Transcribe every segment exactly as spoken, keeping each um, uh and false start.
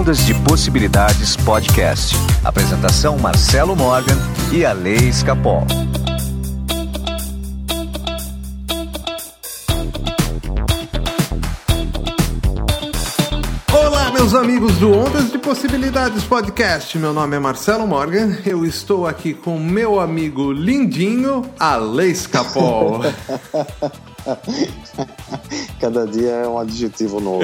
Ondas de Possibilidades Podcast. Apresentação Marcelo Morgan e Ale Escapol. Olá, meus amigos do Ondas de Possibilidades Podcast. Meu nome é Marcelo Morgan. Eu estou aqui com meu amigo lindinho, Ale Escapol. Cada dia é um adjetivo novo.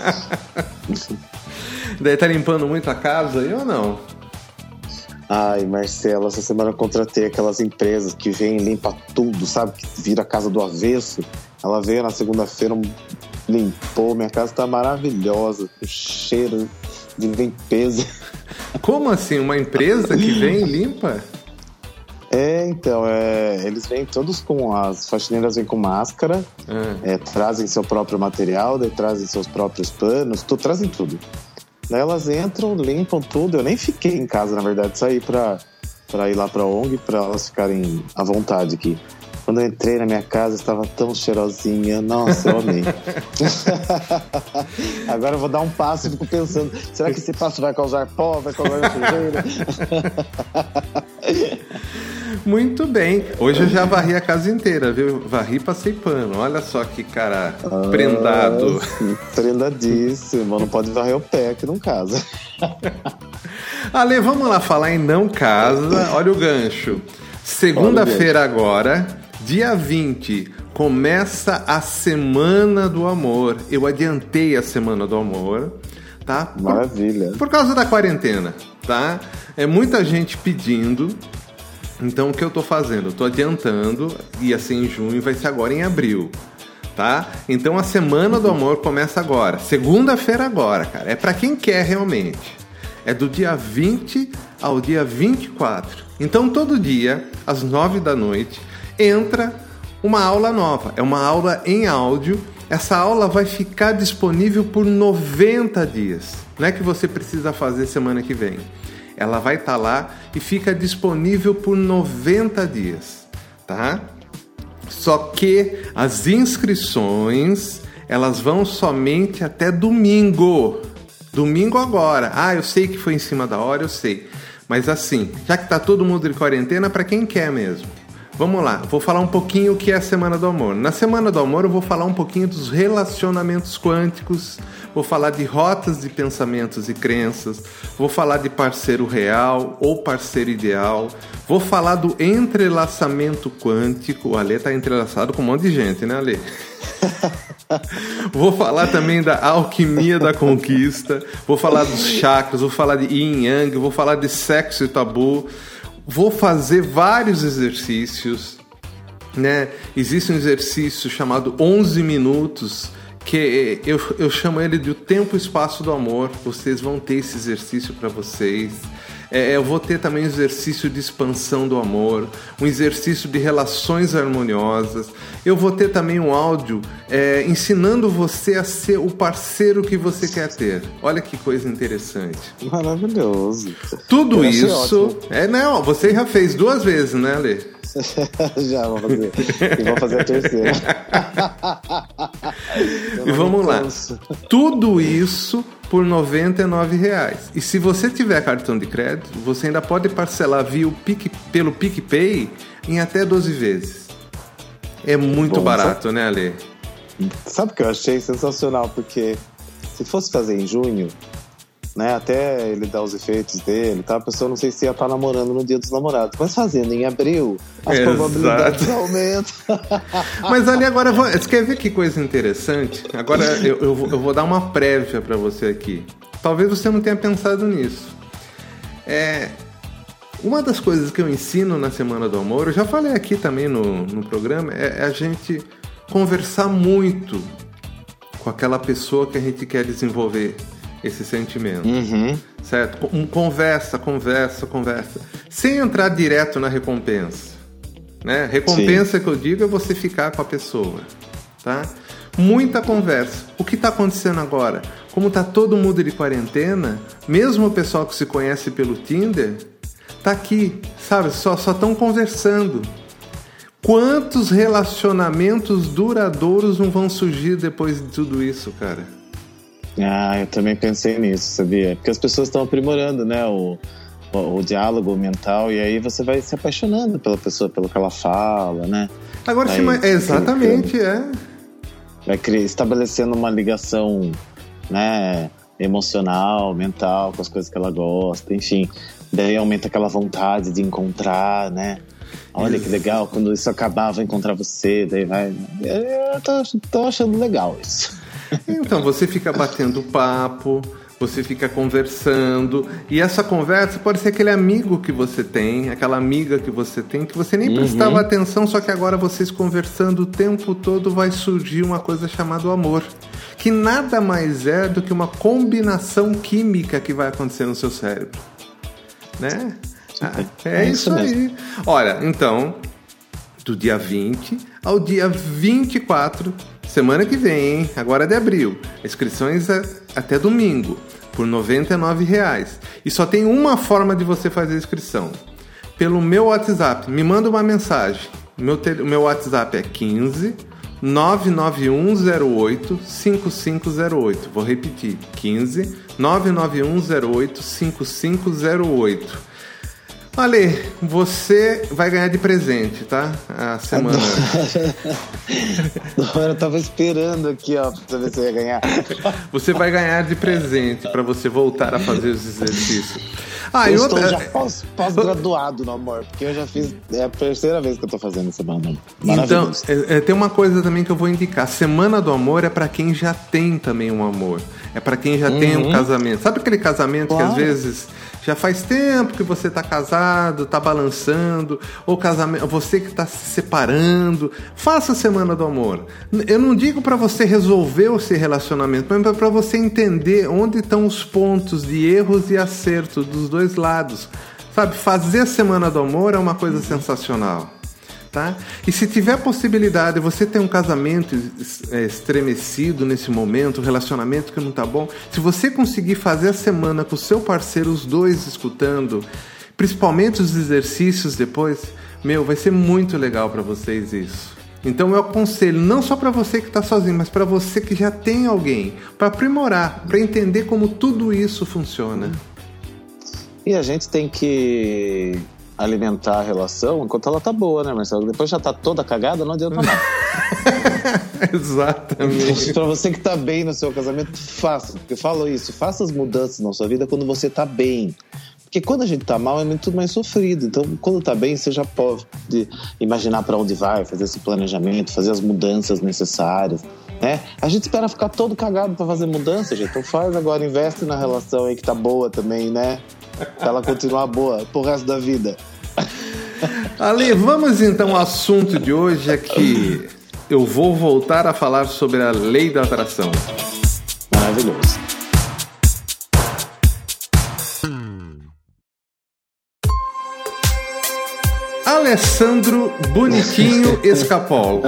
Daí tá limpando muito a casa aí ou não? Ai, Marcelo, essa semana eu contratei aquelas empresas que vêm e limpam tudo, sabe? Que vira a casa do avesso. Ela veio na segunda-feira, limpou, minha casa tá maravilhosa, com cheiro de limpeza. Como assim? Uma empresa que vem e limpa? É, então, é, eles vêm todos com, as faxineiras vêm com máscara, ah. é, trazem seu próprio material, daí trazem seus próprios panos, tu, trazem tudo. Daí elas entram, limpam tudo. Eu nem fiquei em casa, na verdade, saí pra, pra ir lá pra O N G, pra elas ficarem à vontade aqui. Quando eu entrei na minha casa, estava tão cheirosinha. Nossa, eu amei. Agora eu vou dar um passo e fico pensando, será que esse passo vai causar pó, vai causar sujeira? Muito bem. Hoje eu já varri a casa inteira, viu? Varri e passei pano. Olha só que cara ah, prendado. Prendadíssimo. Não pode varrer o pé que não casa. Ale, vamos lá falar em não casa. Olha o gancho. Segunda-feira agora, dia vinte, começa a Semana do Amor. Eu adiantei a Semana do Amor, tá? Por, Maravilha. Por causa da quarentena, tá? É muita gente pedindo. Então o que eu tô fazendo? Eu tô adiantando, ia ser em junho, vai ser agora em abril, tá? Então a Semana do Amor começa agora, segunda-feira agora, cara. É pra quem quer realmente. É do dia vinte ao dia vinte e quatro. Então todo dia, às nove da noite, entra uma aula nova. É uma aula em áudio. Essa aula vai ficar disponível por noventa dias. Não é que você precisa fazer semana que vem. Ela vai estar lá e fica disponível por noventa dias, tá? Só que as inscrições, elas vão somente até domingo. Domingo agora. Ah, eu sei que foi em cima da hora, eu sei. Mas assim, já que tá todo mundo de quarentena, para quem quer mesmo. Vamos lá, vou falar um pouquinho o que é a Semana do Amor. Na Semana do Amor eu vou falar um pouquinho dos relacionamentos quânticos, vou falar de rotas de pensamentos e crenças, vou falar de parceiro real ou parceiro ideal, vou falar do entrelaçamento quântico. O Ale tá entrelaçado com um monte de gente, né, Ale? Vou falar também da alquimia da conquista, vou falar dos chakras, vou falar de yin e yang, vou falar de sexo e tabu. Vou fazer vários exercícios, né? Existe um exercício chamado onze minutos, que eu, eu chamo ele de o tempo e espaço do amor. Vocês vão ter esse exercício para vocês. É, eu vou ter também um exercício de expansão do amor, um exercício de relações harmoniosas. Eu vou ter também um áudio é, ensinando você a ser o parceiro que você quer ter. Olha que coisa interessante. Maravilhoso. Tudo isso... É, não, você já fez duas vezes, né, Lê? Já, vou fazer. E vou fazer a terceira. E vamos lá. Tudo isso por noventa e nove reais. E se você tiver cartão de crédito, você ainda pode parcelar via o Pique, pelo PicPay em até doze vezes. É muito Bom, barato, sabe, né, Ale? Sabe o que eu achei sensacional? Porque se fosse fazer em junho, né, até ele dar os efeitos dele, tá? A pessoa não sei se ia estar namorando no dia dos namorados, mas fazendo em abril, as Exato. Probabilidades aumentam. Mas ali agora, você quer ver que coisa interessante? Agora eu, eu, vou, eu vou dar uma prévia para você aqui. Talvez você não tenha pensado nisso. É, uma das coisas que eu ensino na Semana do Amor, eu já falei aqui também no, no programa, é, é a gente conversar muito com aquela pessoa que a gente quer desenvolver esse sentimento, uhum. certo? Conversa, conversa, conversa, sem entrar direto na recompensa, né? Recompensa Sim. que eu digo é você ficar com a pessoa, tá? Muita conversa. O que está acontecendo agora? Como está todo mundo de quarentena, mesmo o pessoal que se conhece pelo Tinder, tá aqui, sabe? Só só estão conversando. Quantos relacionamentos duradouros não vão surgir depois de tudo isso, cara? Ah, eu também pensei nisso, sabia? Porque as pessoas estão aprimorando, né, o, o, o diálogo mental, e aí você vai se apaixonando pela pessoa, pelo que ela fala, né? Agora, vai, sim, mas exatamente, é. Vai criar, estabelecendo uma ligação, né, emocional, mental, com as coisas que ela gosta, enfim. Daí aumenta aquela vontade de encontrar, né? Olha que legal, quando isso acabar, vai encontrar você, daí vai... Eu tô, tô achando legal isso. Então, você fica batendo papo, você fica conversando, e essa conversa pode ser aquele amigo que você tem, aquela amiga que você tem, que você nem uhum. prestava atenção, só que agora vocês conversando o tempo todo vai surgir uma coisa chamada amor, que nada mais é do que uma combinação química que vai acontecer no seu cérebro, né? Ah, é, é isso, isso aí. Olha, então, do dia vinte ao dia vinte e quatro, semana que vem, hein? Agora é de abril. Inscrições é até domingo, por noventa e nove reais. E só tem uma forma de você fazer a inscrição. Pelo meu WhatsApp. Me manda uma mensagem. Meu, te... meu WhatsApp é quinze nove nove um zero oito cinco cinco zero oito. Vou repetir. quinze nove nove um zero oito cinco cinco zero oito. Ale, você vai ganhar de presente, tá? A semana. Eu tava esperando aqui, ó, pra saber se eu ia ganhar. Você vai ganhar de presente pra você voltar a fazer os exercícios. Ah, eu, eu estou outra... já pós, pós-graduado no amor, porque eu já fiz, é a terceira vez que eu tô fazendo semana. Então, é, é, tem uma coisa também que eu vou indicar. Semana do Amor é pra quem já tem também um amor. É pra quem já uhum. tem um casamento. Sabe aquele casamento claro. que às vezes... Já faz tempo que você está casado, está balançando, ou casamento, você que está se separando. Faça a Semana do Amor. Eu não digo para você resolver o seu relacionamento, mas para você entender onde estão os pontos de erros e acertos dos dois lados. Sabe, fazer a Semana do Amor é uma coisa sensacional. Tá? E se tiver possibilidade, você tem um casamento estremecido nesse momento, um relacionamento que não tá bom, se você conseguir fazer a semana com o seu parceiro, os dois escutando, principalmente os exercícios depois, meu, vai ser muito legal para vocês isso. Então eu aconselho, não só para você que está sozinho, mas para você que já tem alguém, para aprimorar, para entender como tudo isso funciona. E a gente tem que alimentar a relação enquanto ela tá boa, né, Marcelo? Depois já tá toda cagada, não adianta nada. Exatamente. Pra você que tá bem no seu casamento, faça. Porque eu falo isso, faça as mudanças na sua vida quando você tá bem. Porque quando a gente tá mal é muito mais sofrido. Então, quando tá bem, você já pode imaginar pra onde vai, fazer esse planejamento, fazer as mudanças necessárias, né? A gente espera ficar todo cagado pra fazer mudança, gente. Então faz agora, investe na relação aí que tá boa também, né? Pra ela continuar boa pro resto da vida. Ale, vamos então ao assunto de hoje, é que eu vou voltar a falar sobre a lei da atração. Maravilhoso. Alessandro Bonitinho Escapolo.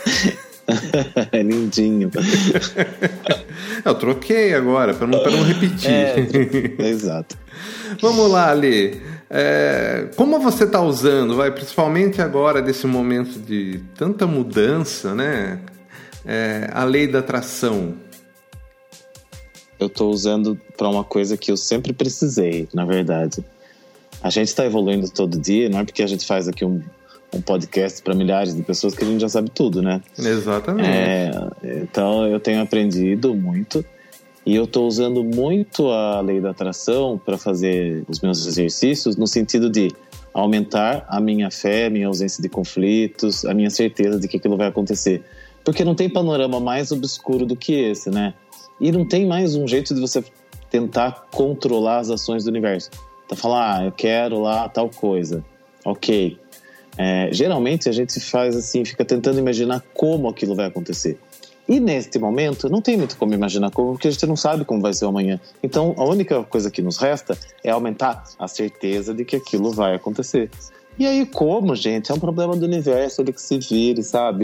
É lindinho. Eu troquei agora, para não, não repetir. É, exato. Vamos lá, Ali. É, como você está usando, vai, principalmente agora, desse momento de tanta mudança, né? É, a lei da atração. Eu estou usando para uma coisa que eu sempre precisei, na verdade. A gente está evoluindo todo dia, não é porque a gente faz aqui um, um podcast para milhares de pessoas que a gente já sabe tudo, né? Exatamente. É, então eu tenho aprendido muito e eu estou usando muito a lei da atração para fazer os meus exercícios no sentido de aumentar a minha fé, a minha ausência de conflitos, a minha certeza de que aquilo vai acontecer. Porque não tem panorama mais obscuro do que esse, né? E não tem mais um jeito de você tentar controlar as ações do universo. Então falar, ah, eu quero lá tal coisa. Ok. É, geralmente a gente faz assim, fica tentando imaginar como aquilo vai acontecer. E neste momento não tem muito como imaginar como, porque a gente não sabe como vai ser amanhã. Então a única coisa que nos resta é aumentar a certeza de que aquilo vai acontecer. E aí como, gente? É um problema do universo, ele que se vire, sabe?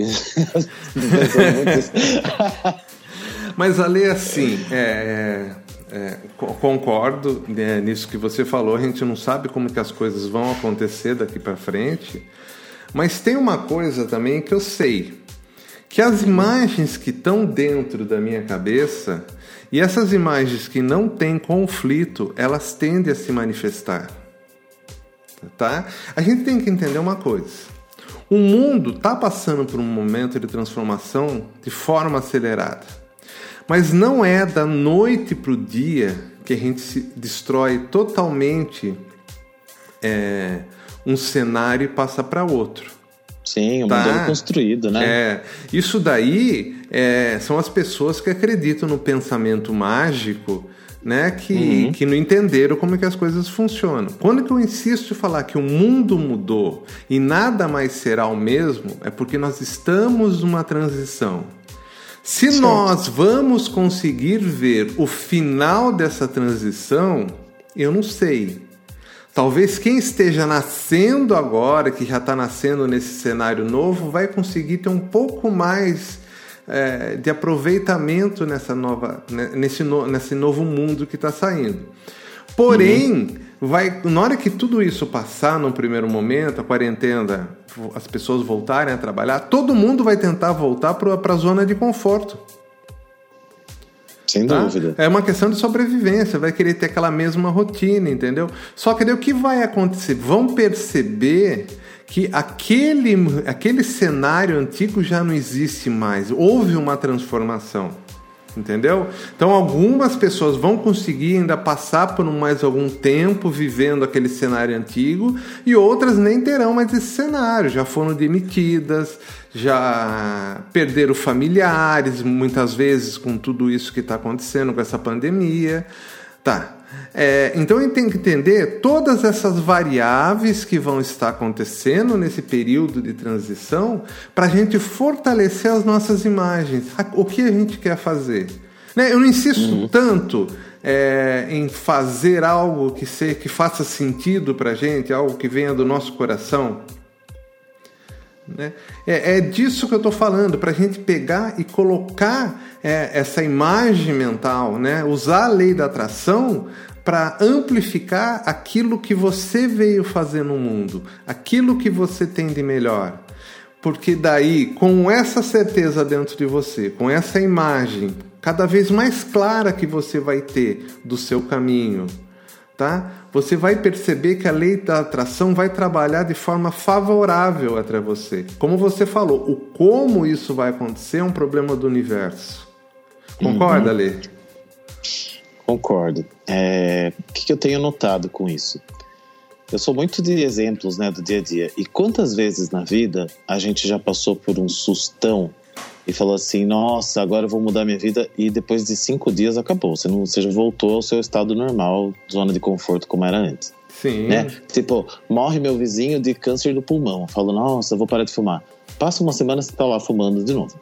Mas ali assim, é, é, concordo né, nisso que você falou, a gente não sabe como que as coisas vão acontecer daqui para frente, mas tem uma coisa também que eu sei, que as imagens que estão dentro da minha cabeça e essas imagens que não têm conflito, elas tendem a se manifestar. Tá? A gente tem que entender uma coisa. O mundo está passando por um momento de transformação de forma acelerada. Mas não é da noite para o dia que a gente se destrói totalmente é, um cenário e passa para outro. Sim, um tá? modelo construído, né? É, isso daí é, são as pessoas que acreditam no pensamento mágico, né, que, uhum. que não entenderam como é que as coisas funcionam. Quando que eu insisto em falar que o mundo mudou e nada mais será o mesmo, é porque nós estamos numa transição. Se certo. Nós vamos conseguir ver o final dessa transição, eu não sei. Talvez quem esteja nascendo agora, que já está nascendo nesse cenário novo, vai conseguir ter um pouco mais é, de aproveitamento nessa nova, nesse, no, nesse novo mundo que está saindo. Porém, uhum. vai, na hora que tudo isso passar num primeiro momento, a quarentena, as pessoas voltarem a trabalhar, todo mundo vai tentar voltar para a zona de conforto. Sem tá? dúvida. É uma questão de sobrevivência, vai querer ter aquela mesma rotina, entendeu? Só que daí o que vai acontecer? Vão perceber que aquele, aquele cenário antigo já não existe mais. Houve uma transformação, entendeu? Então algumas pessoas vão conseguir ainda passar por mais algum tempo vivendo aquele cenário antigo e outras nem terão mais esse cenário, já foram demitidas, já perderam familiares, muitas vezes com tudo isso que está acontecendo com essa pandemia. Tá. É, então a gente tem que entender todas essas variáveis que vão estar acontecendo nesse período de transição para a gente fortalecer as nossas imagens. O que a gente quer fazer? Né? Eu não insisto uhum. tanto é, em fazer algo que, se, que faça sentido para a gente, algo que venha do nosso coração. Né? É, é disso que eu estou falando, para a gente pegar e colocar é, essa imagem mental, né? Usar a lei da atração para amplificar aquilo que você veio fazer no mundo, aquilo que você tem de melhor. Porque daí, com essa certeza dentro de você, com essa imagem cada vez mais clara que você vai ter do seu caminho, tá? Você vai perceber que a lei da atração vai trabalhar de forma favorável até você. Como você falou, o como isso vai acontecer é um problema do universo. Concorda, uhum. Lê? Concordo. É, o que eu tenho notado com isso? Eu sou muito de exemplos, né, do dia a dia. E quantas vezes na vida a gente já passou por um sustão e falou assim, nossa, agora eu vou mudar minha vida, e depois de cinco dias acabou. Você, não, você já voltou ao seu estado normal, zona de conforto como era antes. Sim. Né? Tipo, morre meu vizinho de câncer do pulmão. Eu falo, nossa, eu vou parar de fumar. Passa uma semana, você tá lá fumando de novo.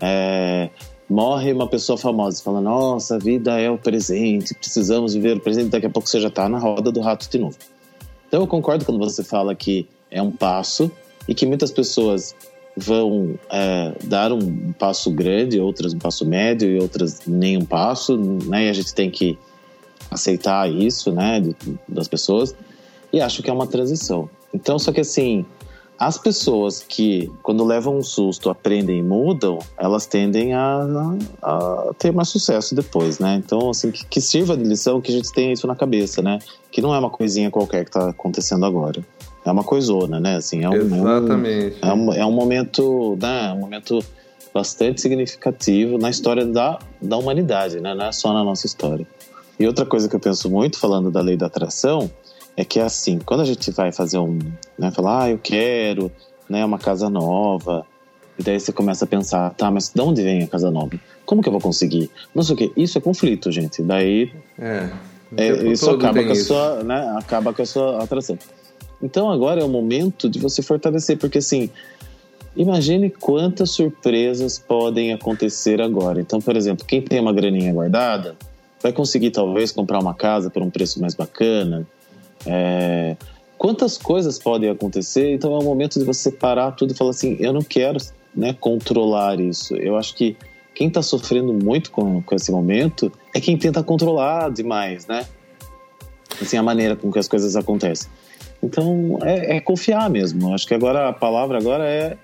É, morre uma pessoa famosa, fala, nossa, a vida é o presente, precisamos viver o presente. Daqui a pouco você já tá na roda do rato de novo. Então eu concordo quando você fala que é um passo e que muitas pessoas vão é, dar um passo grande, outras um passo médio e outras nem um passo, né? E a gente tem que aceitar isso, né, de, das pessoas, e acho que é uma transição. Então, só que assim, as pessoas que quando levam um susto, aprendem e mudam, elas tendem a, a, a ter mais sucesso depois, né? Então, assim, que, que sirva de lição que a gente tenha isso na cabeça, né? Que não é uma coisinha qualquer que está acontecendo agora. É uma coisona, né? Assim, é um, Exatamente. É um, é um momento, né? Um momento bastante significativo na história da, da humanidade, né? Não é só na nossa história. E outra coisa que eu penso muito, falando da lei da atração, é que é assim, quando a gente vai fazer um... Né, falar, ah, eu quero, né, uma casa nova, e daí você começa a pensar, tá, mas de onde vem a casa nova? Como que eu vou conseguir? Não sei o quê. Isso é conflito, gente. Daí... É, é isso acaba com a sua, né? Acaba com a sua atração. Então agora é o momento de você fortalecer, porque assim, imagine quantas surpresas podem acontecer agora. Então, por exemplo, quem tem uma graninha guardada vai conseguir talvez comprar uma casa por um preço mais bacana. É... Quantas coisas podem acontecer? Então é o momento de você parar tudo e falar assim, eu não quero, né, controlar isso. Eu acho que quem está sofrendo muito com, com esse momento é quem tenta controlar demais, né? Assim, a maneira com que as coisas acontecem. Então, é, é confiar mesmo. Acho que agora a palavra agora é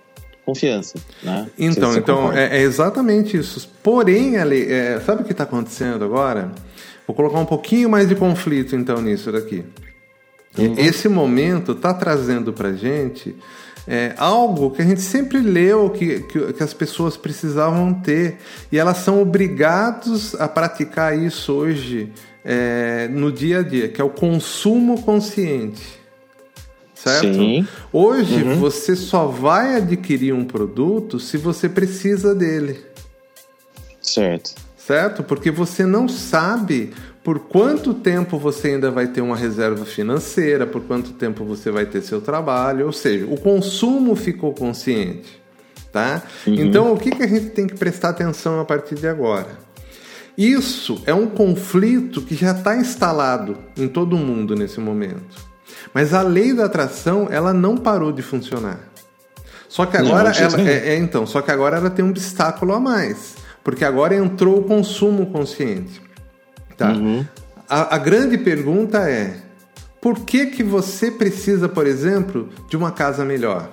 confiança, né? Então, se então é, é exatamente isso. Porém, Ale, é, sabe o que está acontecendo agora? Vou colocar um pouquinho mais de conflito, então, nisso daqui. Uhum. Esse momento está trazendo para a gente é, algo que a gente sempre leu que, que, que as pessoas precisavam ter. E elas são obrigadas a praticar isso hoje é, no dia a dia, que é o consumo consciente. Certo? Sim. Hoje, uhum. você só vai adquirir um produto se você precisa dele. Certo. Certo? Porque você não sabe por quanto tempo você ainda vai ter uma reserva financeira, por quanto tempo você vai ter seu trabalho, ou seja, o consumo ficou consciente, tá? Uhum. Então, o que, que a gente tem que prestar atenção a partir de agora? Isso é um conflito que já está instalado em todo mundo nesse momento. Mas a lei da atração, ela não parou de funcionar. Só que agora, não, ela, é, é, então, só que agora ela tem um obstáculo a mais, porque agora entrou o consumo consciente. Tá? Uhum. A, a grande pergunta é: por que que você precisa, por exemplo, de uma casa melhor?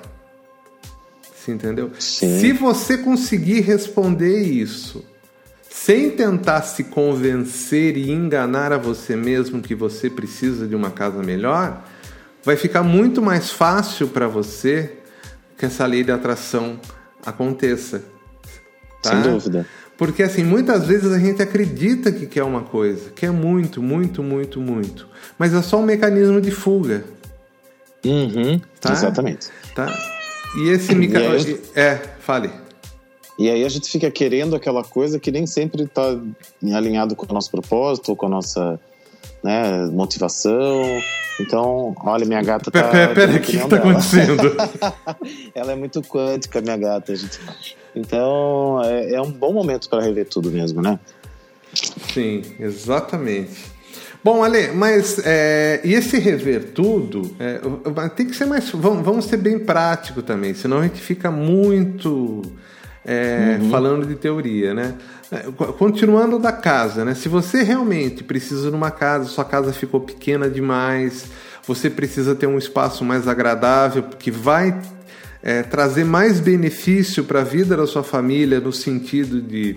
Você entendeu? Sim. Se você conseguir responder isso sem tentar se convencer e enganar a você mesmo que você precisa de uma casa melhor, vai ficar muito mais fácil para você que essa lei de atração aconteça. Tá? Sem dúvida. Porque, assim, muitas vezes a gente acredita que quer uma coisa, quer muito, muito, muito, muito. Mas é só um mecanismo de fuga. Uhum, tá? Exatamente. Tá? E esse mecanismo... Gente... É, fale. E aí a gente fica querendo aquela coisa que nem sempre está alinhado com o nosso propósito, ou com a nossa, né, motivação. Então, olha, minha gata tá... Pera, pera, o que está acontecendo? Ela é muito quântica, minha gata, gente... Então, é, é um bom momento para rever tudo mesmo, né? Sim, exatamente. Bom, Ale, mas é, e esse rever tudo, é, tem que ser mais... Vamos, vamos ser bem prático também, senão a gente fica muito é, uhum. falando de teoria, né? Continuando da casa, né? Se você realmente precisa de uma casa, sua casa ficou pequena demais, você precisa ter um espaço mais agradável, que vai... É, trazer mais benefício para a vida da sua família, no sentido de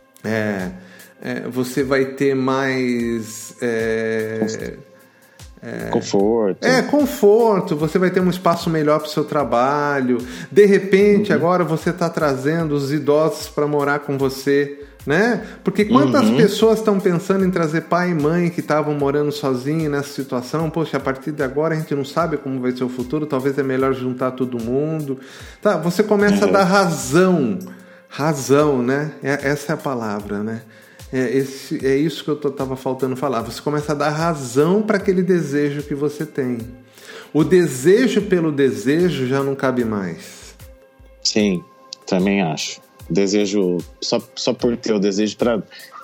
é, é, você vai ter mais é, é, conforto. É, conforto, você vai ter um espaço melhor para o seu trabalho. De repente, uhum. agora você está trazendo os idosos para morar com você, né? Porque quantas uhum. pessoas estão pensando em trazer pai e mãe que estavam morando sozinhos nessa situação? Poxa, a partir de agora a gente não sabe como vai ser o futuro, talvez é melhor juntar todo mundo. Tá, você começa uhum. a dar razão, razão, né? É, essa é a palavra, né? É, esse, é isso que eu estava faltando falar. Você começa a dar razão para aquele desejo que você tem. O desejo pelo desejo já não cabe mais. Sim, também acho. Desejo, só, só por ter o desejo para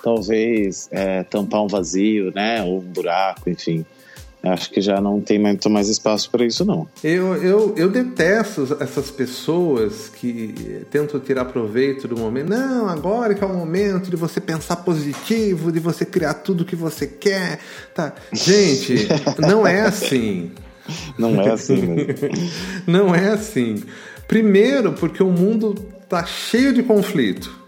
talvez é, tampar um vazio, né? Ou um buraco, enfim. Acho que já não tem muito mais espaço para isso, não. Eu, eu, eu detesto essas pessoas que tentam tirar proveito do momento. Não, agora que é o momento de você pensar positivo, de você criar tudo o que você quer. Tá. Gente, não é assim. Não é assim mesmo. Não é assim. Primeiro, porque o mundo está cheio de conflito.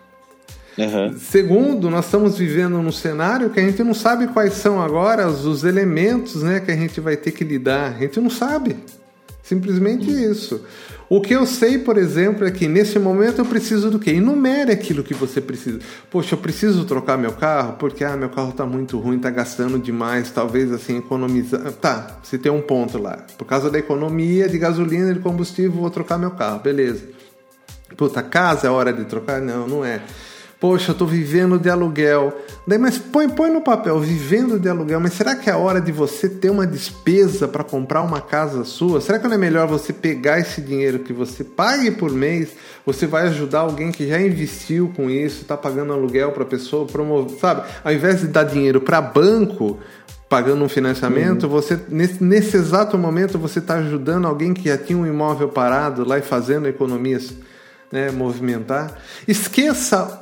Uhum. Segundo, nós estamos vivendo num cenário que a gente não sabe quais são agora os elementos, né, que a gente vai ter que lidar. A gente não sabe. Simplesmente uhum. isso. O que eu sei, por exemplo, é que nesse momento eu preciso do quê? Enumere aquilo que você precisa. Poxa, eu preciso trocar meu carro porque ah, meu carro está muito ruim, está gastando demais, talvez assim economizar. Tá, você tem um ponto lá. Por causa da economia de gasolina e de combustível, vou trocar meu carro. Beleza. Puta, casa é hora de trocar? Não, não é. Poxa, eu tô vivendo de aluguel. Daí, mas põe, põe no papel, vivendo de aluguel. Mas será que é a hora de você ter uma despesa para comprar uma casa sua? Será que não é melhor você pegar esse dinheiro que você pague por mês? Você vai ajudar alguém que já investiu com isso, tá pagando aluguel para a pessoa, promover, sabe? Ao invés de dar dinheiro para banco, pagando um financiamento, uhum. você nesse, nesse exato momento você está ajudando alguém que já tinha um imóvel parado lá e fazendo economias, né, movimentar. Esqueça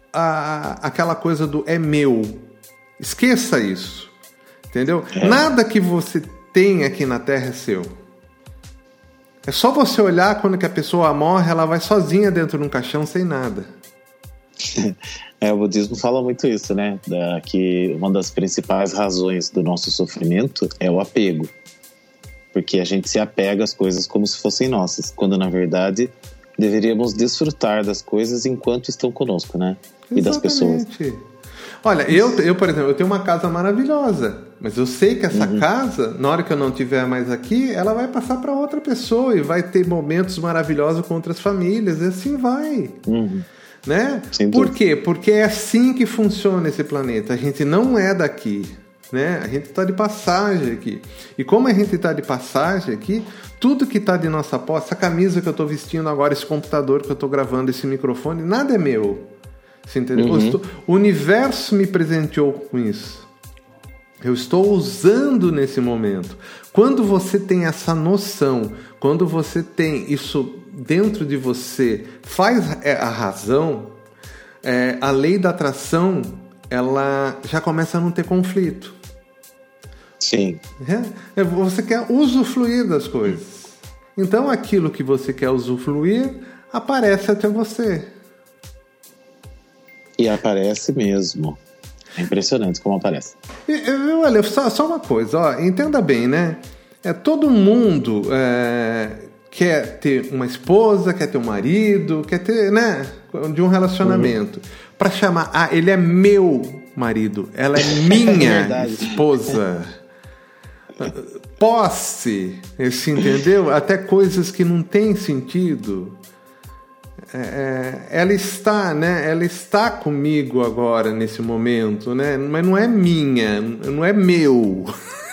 A, aquela coisa do é meu. Esqueça isso. Entendeu? É. Nada que você tem aqui na Terra é seu. É só você olhar quando que a pessoa morre, ela vai sozinha dentro de um caixão sem nada. É, o budismo fala muito isso, né? Da, que uma das principais razões do nosso sofrimento é o apego. Porque a gente se apega às coisas como se fossem nossas, quando na verdade deveríamos desfrutar das coisas enquanto estão conosco, né? E Exatamente. Das pessoas. Olha, eu, eu, por exemplo, eu tenho uma casa maravilhosa, mas eu sei que essa uhum. casa, na hora que eu não estiver mais aqui, ela vai passar para outra pessoa e vai ter momentos maravilhosos com outras famílias, e assim vai. Uhum. Né? Sem Por dúvida. quê? Porque é assim que funciona esse planeta. A gente não é daqui, né? A gente está de passagem aqui. E como a gente está de passagem aqui, tudo que está de nossa posse, essa camisa que eu estou vestindo agora, esse computador que eu estou gravando, esse microfone, nada é meu. Você entendeu? Uhum. Estou, o universo me presenteou com isso. Eu estou usando nesse momento. Quando você tem essa noção, quando você tem isso dentro de você, faz a razão, é, a lei da atração, ela já começa a não ter conflito. Sim. É, você quer usufruir das coisas. Então aquilo que você quer usufruir aparece até você. E aparece mesmo. É impressionante como aparece. E, olha, só, só uma coisa, ó, entenda bem, né? É, todo mundo é, quer ter uma esposa, quer ter um marido, quer ter, né? De um relacionamento. Uhum. Para chamar, ah, ele é meu marido, ela é minha é esposa. Posse, esse, entendeu? Até coisas que não têm sentido. É, ela está, né? Ela está comigo agora nesse momento, né? Mas não é minha, não é meu.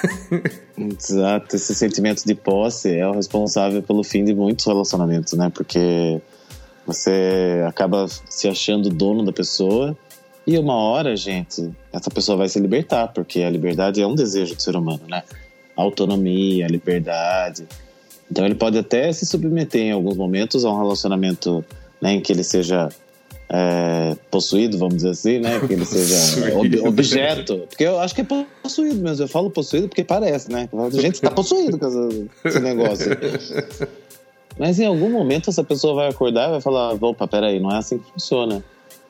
Exato, esse sentimento de posse é o responsável pelo fim de muitos relacionamentos, né? Porque você acaba se achando dono da pessoa e uma hora, gente, essa pessoa vai se libertar, porque a liberdade é um desejo do ser humano, né? A autonomia, a liberdade. Então ele pode até se submeter em alguns momentos a um relacionamento, né, em que ele seja é, possuído, vamos dizer assim, né? Que ele seja ob- objeto. Porque eu acho que é possuído mesmo. Eu falo possuído porque parece, né? A gente está possuído com esse negócio. Mas em algum momento essa pessoa vai acordar e vai falar: opa, peraí, não é assim que funciona.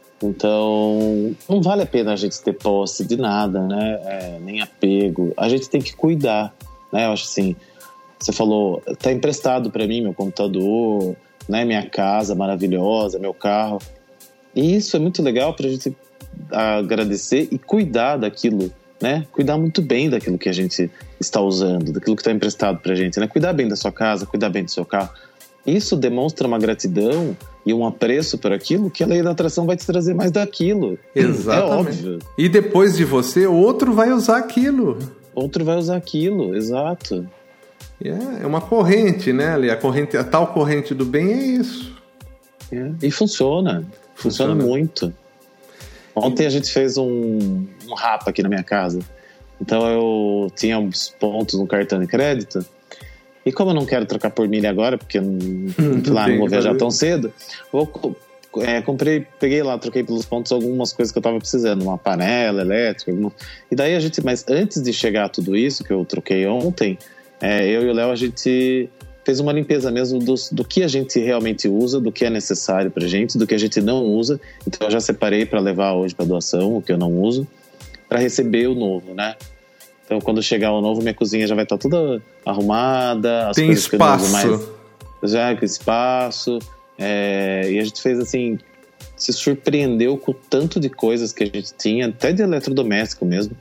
Então, não vale a pena a gente ter posse de nada, né? É, nem apego. A gente tem que cuidar, né? Eu acho assim, você falou, tá emprestado para mim meu computador, né? Minha casa maravilhosa, meu carro. E isso é muito legal pra gente agradecer e cuidar daquilo, né? Cuidar muito bem daquilo que a gente está usando, daquilo que está emprestado pra gente, né? Cuidar bem da sua casa, cuidar bem do seu carro. Isso demonstra uma gratidão e um apreço por aquilo que a lei da atração vai te trazer mais daquilo. Exatamente. É óbvio. E depois de você, outro vai usar aquilo. Outro vai usar aquilo, exato. É uma corrente, né, Ali? A, corrente, a tal corrente do bem é isso. É. E funciona. Funciona. Funciona muito. Ontem a gente fez um, um rapa aqui na minha casa. Então eu tinha uns pontos no cartão de crédito. E como eu não quero trocar por milha agora, porque eu não, lá, não vou viajar tão cedo, eu é, comprei, peguei lá, troquei pelos pontos algumas coisas que eu tava precisando, uma panela elétrica, alguma... e daí a gente, mas antes de chegar a tudo isso que eu troquei ontem, é, eu e o Léo, a gente fez uma limpeza mesmo do, do que a gente realmente usa, do que é necessário pra gente, do que a gente não usa. Então eu já separei para levar hoje para doação, o que eu não uso, para receber o novo, né? Então, quando chegar o novo, minha cozinha já vai estar toda arrumada. As Tem coisas espaço. Que eu não uso mais, já com espaço. É, e a gente fez assim, se surpreendeu com o tanto de coisas que a gente tinha, até de eletrodoméstico mesmo,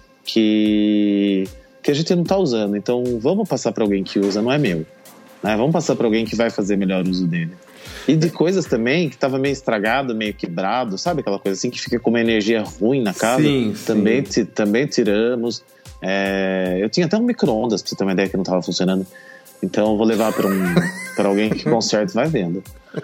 que, que a gente não está usando. Então, vamos passar para alguém que usa, não é meu. Né? Vamos passar para alguém que vai fazer melhor uso dele. E de coisas também que estava meio estragado, meio quebrado, sabe aquela coisa assim que fica com uma energia ruim na casa? Sim, também, sim. T- também tiramos. É, eu tinha até um micro-ondas, pra você ter uma ideia, que não estava funcionando. Então eu vou levar para um, para alguém que conserta e vai vendo.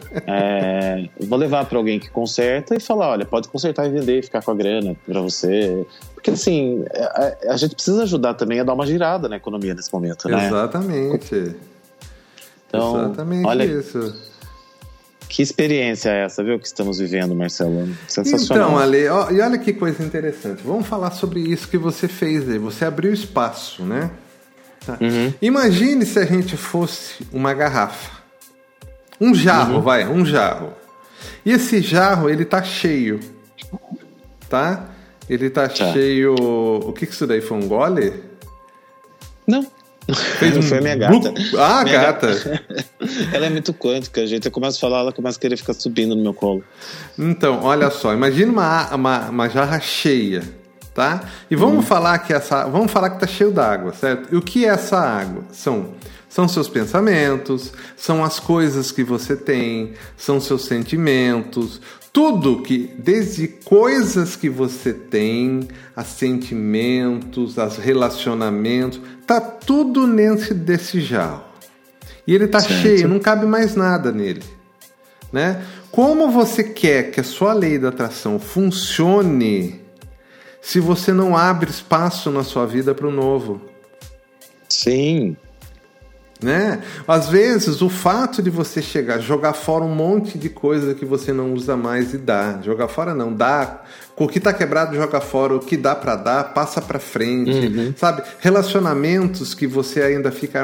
É, vou levar para alguém que conserta e falar: olha, pode consertar e vender e ficar com a grana para você. Porque assim, a, a gente precisa ajudar também a dar uma girada na economia nesse momento, né? Exatamente. Então, Exatamente olha, isso. Que experiência é essa, viu, que estamos vivendo, Marcelo? Sensacional. Então, Ale, ó, e olha que coisa interessante. Vamos falar sobre isso que você fez aí. Você abriu espaço, né? Tá? Uhum. Imagine se a gente fosse uma garrafa. Um jarro, uhum. vai, um jarro. E esse jarro, ele tá cheio. Tá? Ele tá, tá. cheio... O que que isso daí? Foi um gole? Não. Fez um... Foi a minha gata. Ah, minha gata. gata. Ela é muito quântica, gente. Eu começo a falar, ela começa a querer ficar subindo no meu colo. Então, olha só. Imagina uma, uma, uma jarra cheia, tá? E vamos hum. falar que essa... Vamos falar que tá cheio d'água, certo? E o que é essa água? São... São seus pensamentos, são as coisas que você tem, são seus sentimentos, tudo que, desde coisas que você tem, a sentimentos, a relacionamentos, tá tudo dentro desse jarro. E ele tá certo. cheio, não cabe mais nada nele, né? Como você quer que a sua lei da atração funcione se você não abre espaço na sua vida para o novo? Sim. Né? Às vezes o fato de você chegar, jogar fora um monte de coisa que você não usa mais e dá, jogar fora não, dá, o que tá quebrado joga fora, o que dá para dar passa para frente, uhum. sabe? Relacionamentos que você ainda fica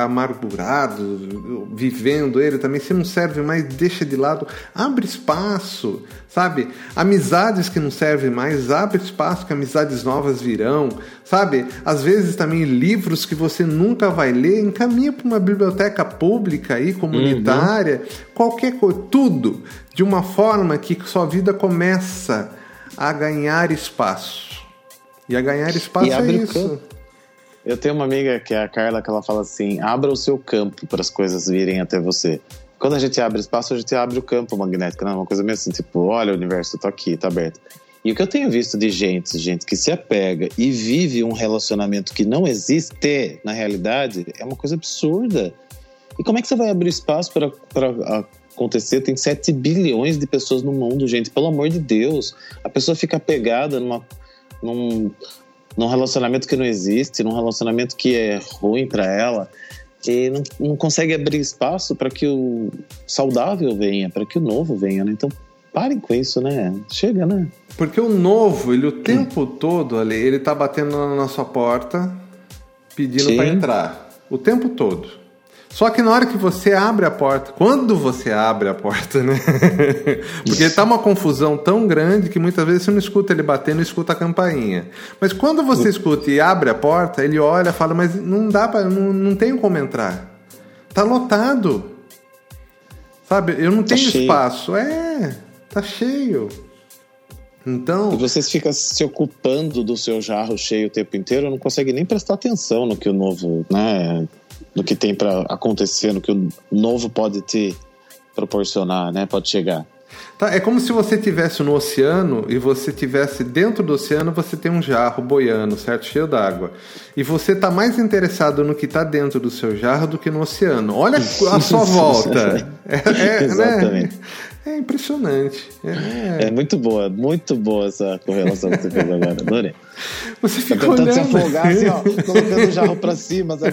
amargurado vivendo ele também, se não serve mais, deixa de lado, abre espaço, sabe? Amizades que não servem mais, abre espaço que amizades novas virão, sabe? Às vezes também livros que você nunca vai ler, encaminha para uma biblioteca pública aí, comunitária, uhum. qualquer coisa, tudo de uma forma que sua vida começa a ganhar espaço. E a ganhar espaço é isso. Eu tenho uma amiga que é a Carla, que ela fala assim, abra o seu campo para as coisas virem até você. Quando a gente abre espaço, a gente abre o campo magnético, não? Uma coisa meio assim, tipo, olha o universo, eu tô aqui, tá aberto. E o que eu tenho visto de gente, gente que se apega e vive um relacionamento que não existe na realidade, é uma coisa absurda. E como é que você vai abrir espaço para acontecer? Tem sete bilhões de pessoas no mundo, gente, pelo amor de Deus. A pessoa fica apegada numa, num, num relacionamento que não existe, num relacionamento que é ruim para ela, e não, não consegue abrir espaço para que o saudável venha, para que o novo venha, né? Então, parem com isso, né? Chega, né? Porque o novo, ele o tempo todo ali, ele tá batendo na sua porta, pedindo para entrar. O tempo todo. Só que na hora que você abre a porta, quando você abre a porta, né? Porque tá uma confusão tão grande que muitas vezes você não escuta ele batendo, não escuta a campainha. Mas quando você escuta e abre a porta, ele olha e fala, mas não dá para, não, não tenho como entrar. Tá lotado. Sabe? Eu não tenho espaço. É, tá cheio. Então... E você fica se ocupando do seu jarro cheio o tempo inteiro, não consegue nem prestar atenção no que o novo, né, no que tem para acontecer, no que o novo pode te proporcionar, né, pode chegar. Tá, é como se você estivesse no oceano e você estivesse dentro do oceano, você tem um jarro boiando, certo? Cheio d'água. E você está mais interessado no que está dentro do seu jarro do que no oceano. Olha a sua volta. É, é, exatamente. Né? É impressionante. É... é muito boa, muito boa essa correlação que você fez agora. Adorei. Você fica tá tentando olhando. se afogar assim, ó, colocando o jarro pra cima. Sabe?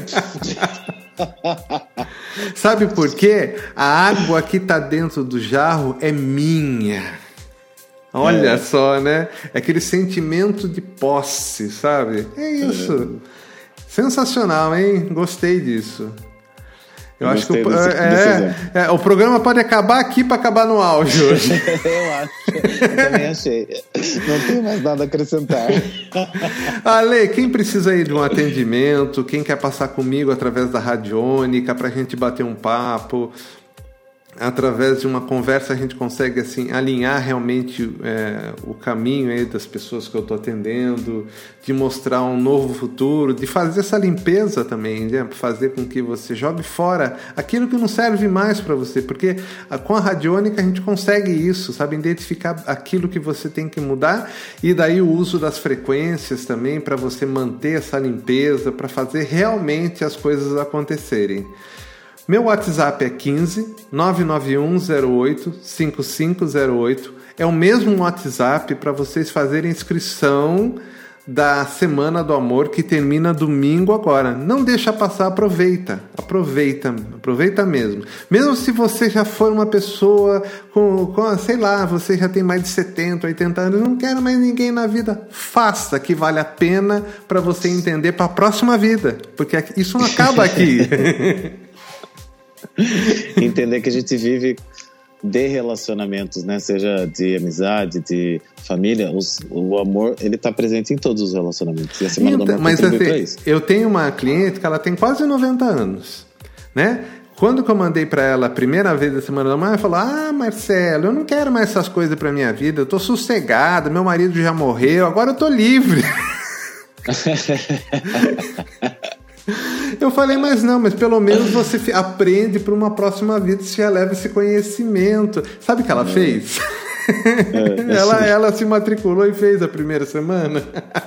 Sabe por quê? A água que tá dentro do jarro é minha. Olha é. só, né? É aquele sentimento de posse, sabe? É isso. É. Sensacional, hein? Gostei disso. Eu acho que o, desse, é, desse é, o programa pode acabar aqui para acabar no auge hoje. Eu acho. Eu também achei. Não tem mais nada a acrescentar. Ale, quem precisa aí de um atendimento, quem quer passar comigo através da Radiônica para a gente bater um papo, através de uma conversa a gente consegue assim alinhar realmente é, o caminho aí das pessoas que eu estou atendendo, de mostrar um novo futuro, de fazer essa limpeza também, né? Fazer com que você jogue fora aquilo que não serve mais para você, porque com a Radiônica a gente consegue isso, sabe, identificar aquilo que você tem que mudar, e daí o uso das frequências também para você manter essa limpeza, para fazer realmente as coisas acontecerem. Meu WhatsApp é quinze, nove nove um zero oito, cinco cinco zero oito. É o mesmo WhatsApp para vocês fazerem inscrição da Semana do Amor, que termina domingo agora. Não deixa passar, aproveita. Aproveita, aproveita mesmo. Mesmo se você já for uma pessoa com, com, sei lá, você já tem mais de setenta, oitenta anos, não quero mais ninguém na vida. Faça, que vale a pena para você entender para a próxima vida. Porque isso não acaba aqui. Entender que a gente vive de relacionamentos, né? Seja de amizade, de família, os, o amor, ele tá presente em todos os relacionamentos. E a Semana então, do Amor mas contribui assim, pra isso. Eu tenho uma cliente que ela tem quase noventa anos, né? Quando que eu mandei para ela a primeira vez a Semana do Amor, ela falou: ah, Marcelo, eu não quero mais essas coisas pra minha vida, eu tô sossegada, meu marido já morreu, agora eu tô livre. Eu falei, mas não, mas pelo menos você aprende para uma próxima vida, você já leva esse conhecimento. Sabe o que ela fez? É, é ela, ela se matriculou e fez a primeira semana.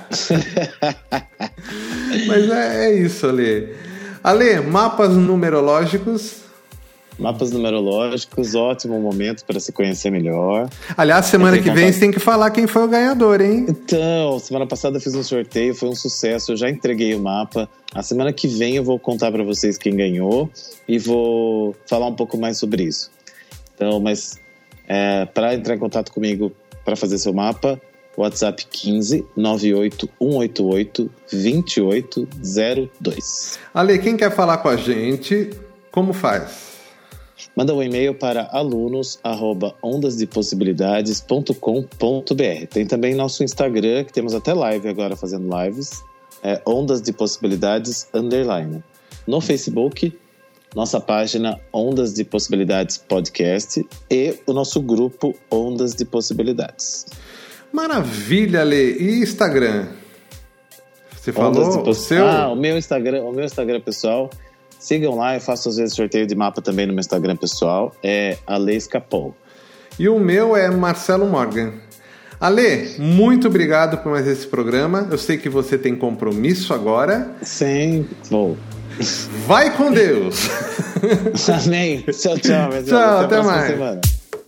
Mas é, é isso, Ale. Ale, mapas numerológicos. Mapas numerológicos, ótimo momento para se conhecer melhor. Aliás, semana que vem você tem que falar quem foi o ganhador, hein? Então, semana passada eu fiz um sorteio, foi um sucesso, eu já entreguei o mapa. A semana que vem eu vou contar para vocês quem ganhou e vou falar um pouco mais sobre isso. Então, mas é, para entrar em contato comigo para fazer seu mapa, WhatsApp quinze nove oito um oito oito dois oito zero dois. Ale, quem quer falar com a gente, como faz? Manda um e-mail para alunos arroba ondas de possibilidades ponto com ponto b r. Tem também nosso Instagram, que temos até live agora fazendo lives, é Ondas de Possibilidades underline. No Facebook, nossa página Ondas de Possibilidades Podcast e o nosso grupo Ondas de Possibilidades. Maravilha, Ale. E Instagram? Você falou o seu? Ah, o meu Instagram, o meu Instagram pessoal. Sigam lá, eu faço às vezes sorteio de mapa também no meu Instagram pessoal, é Ale Escapol. E o meu é Marcelo Morgan. Ale, muito obrigado por mais esse programa. Eu sei que você tem compromisso agora. Sim, vou. Vai com Deus. Amém. Tchau, tchau. Tchau, até, até mais. Semana.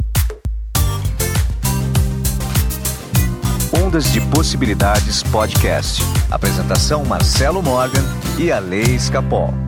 Ondas de Possibilidades Podcast. Apresentação Marcelo Morgan e Ale Escapol.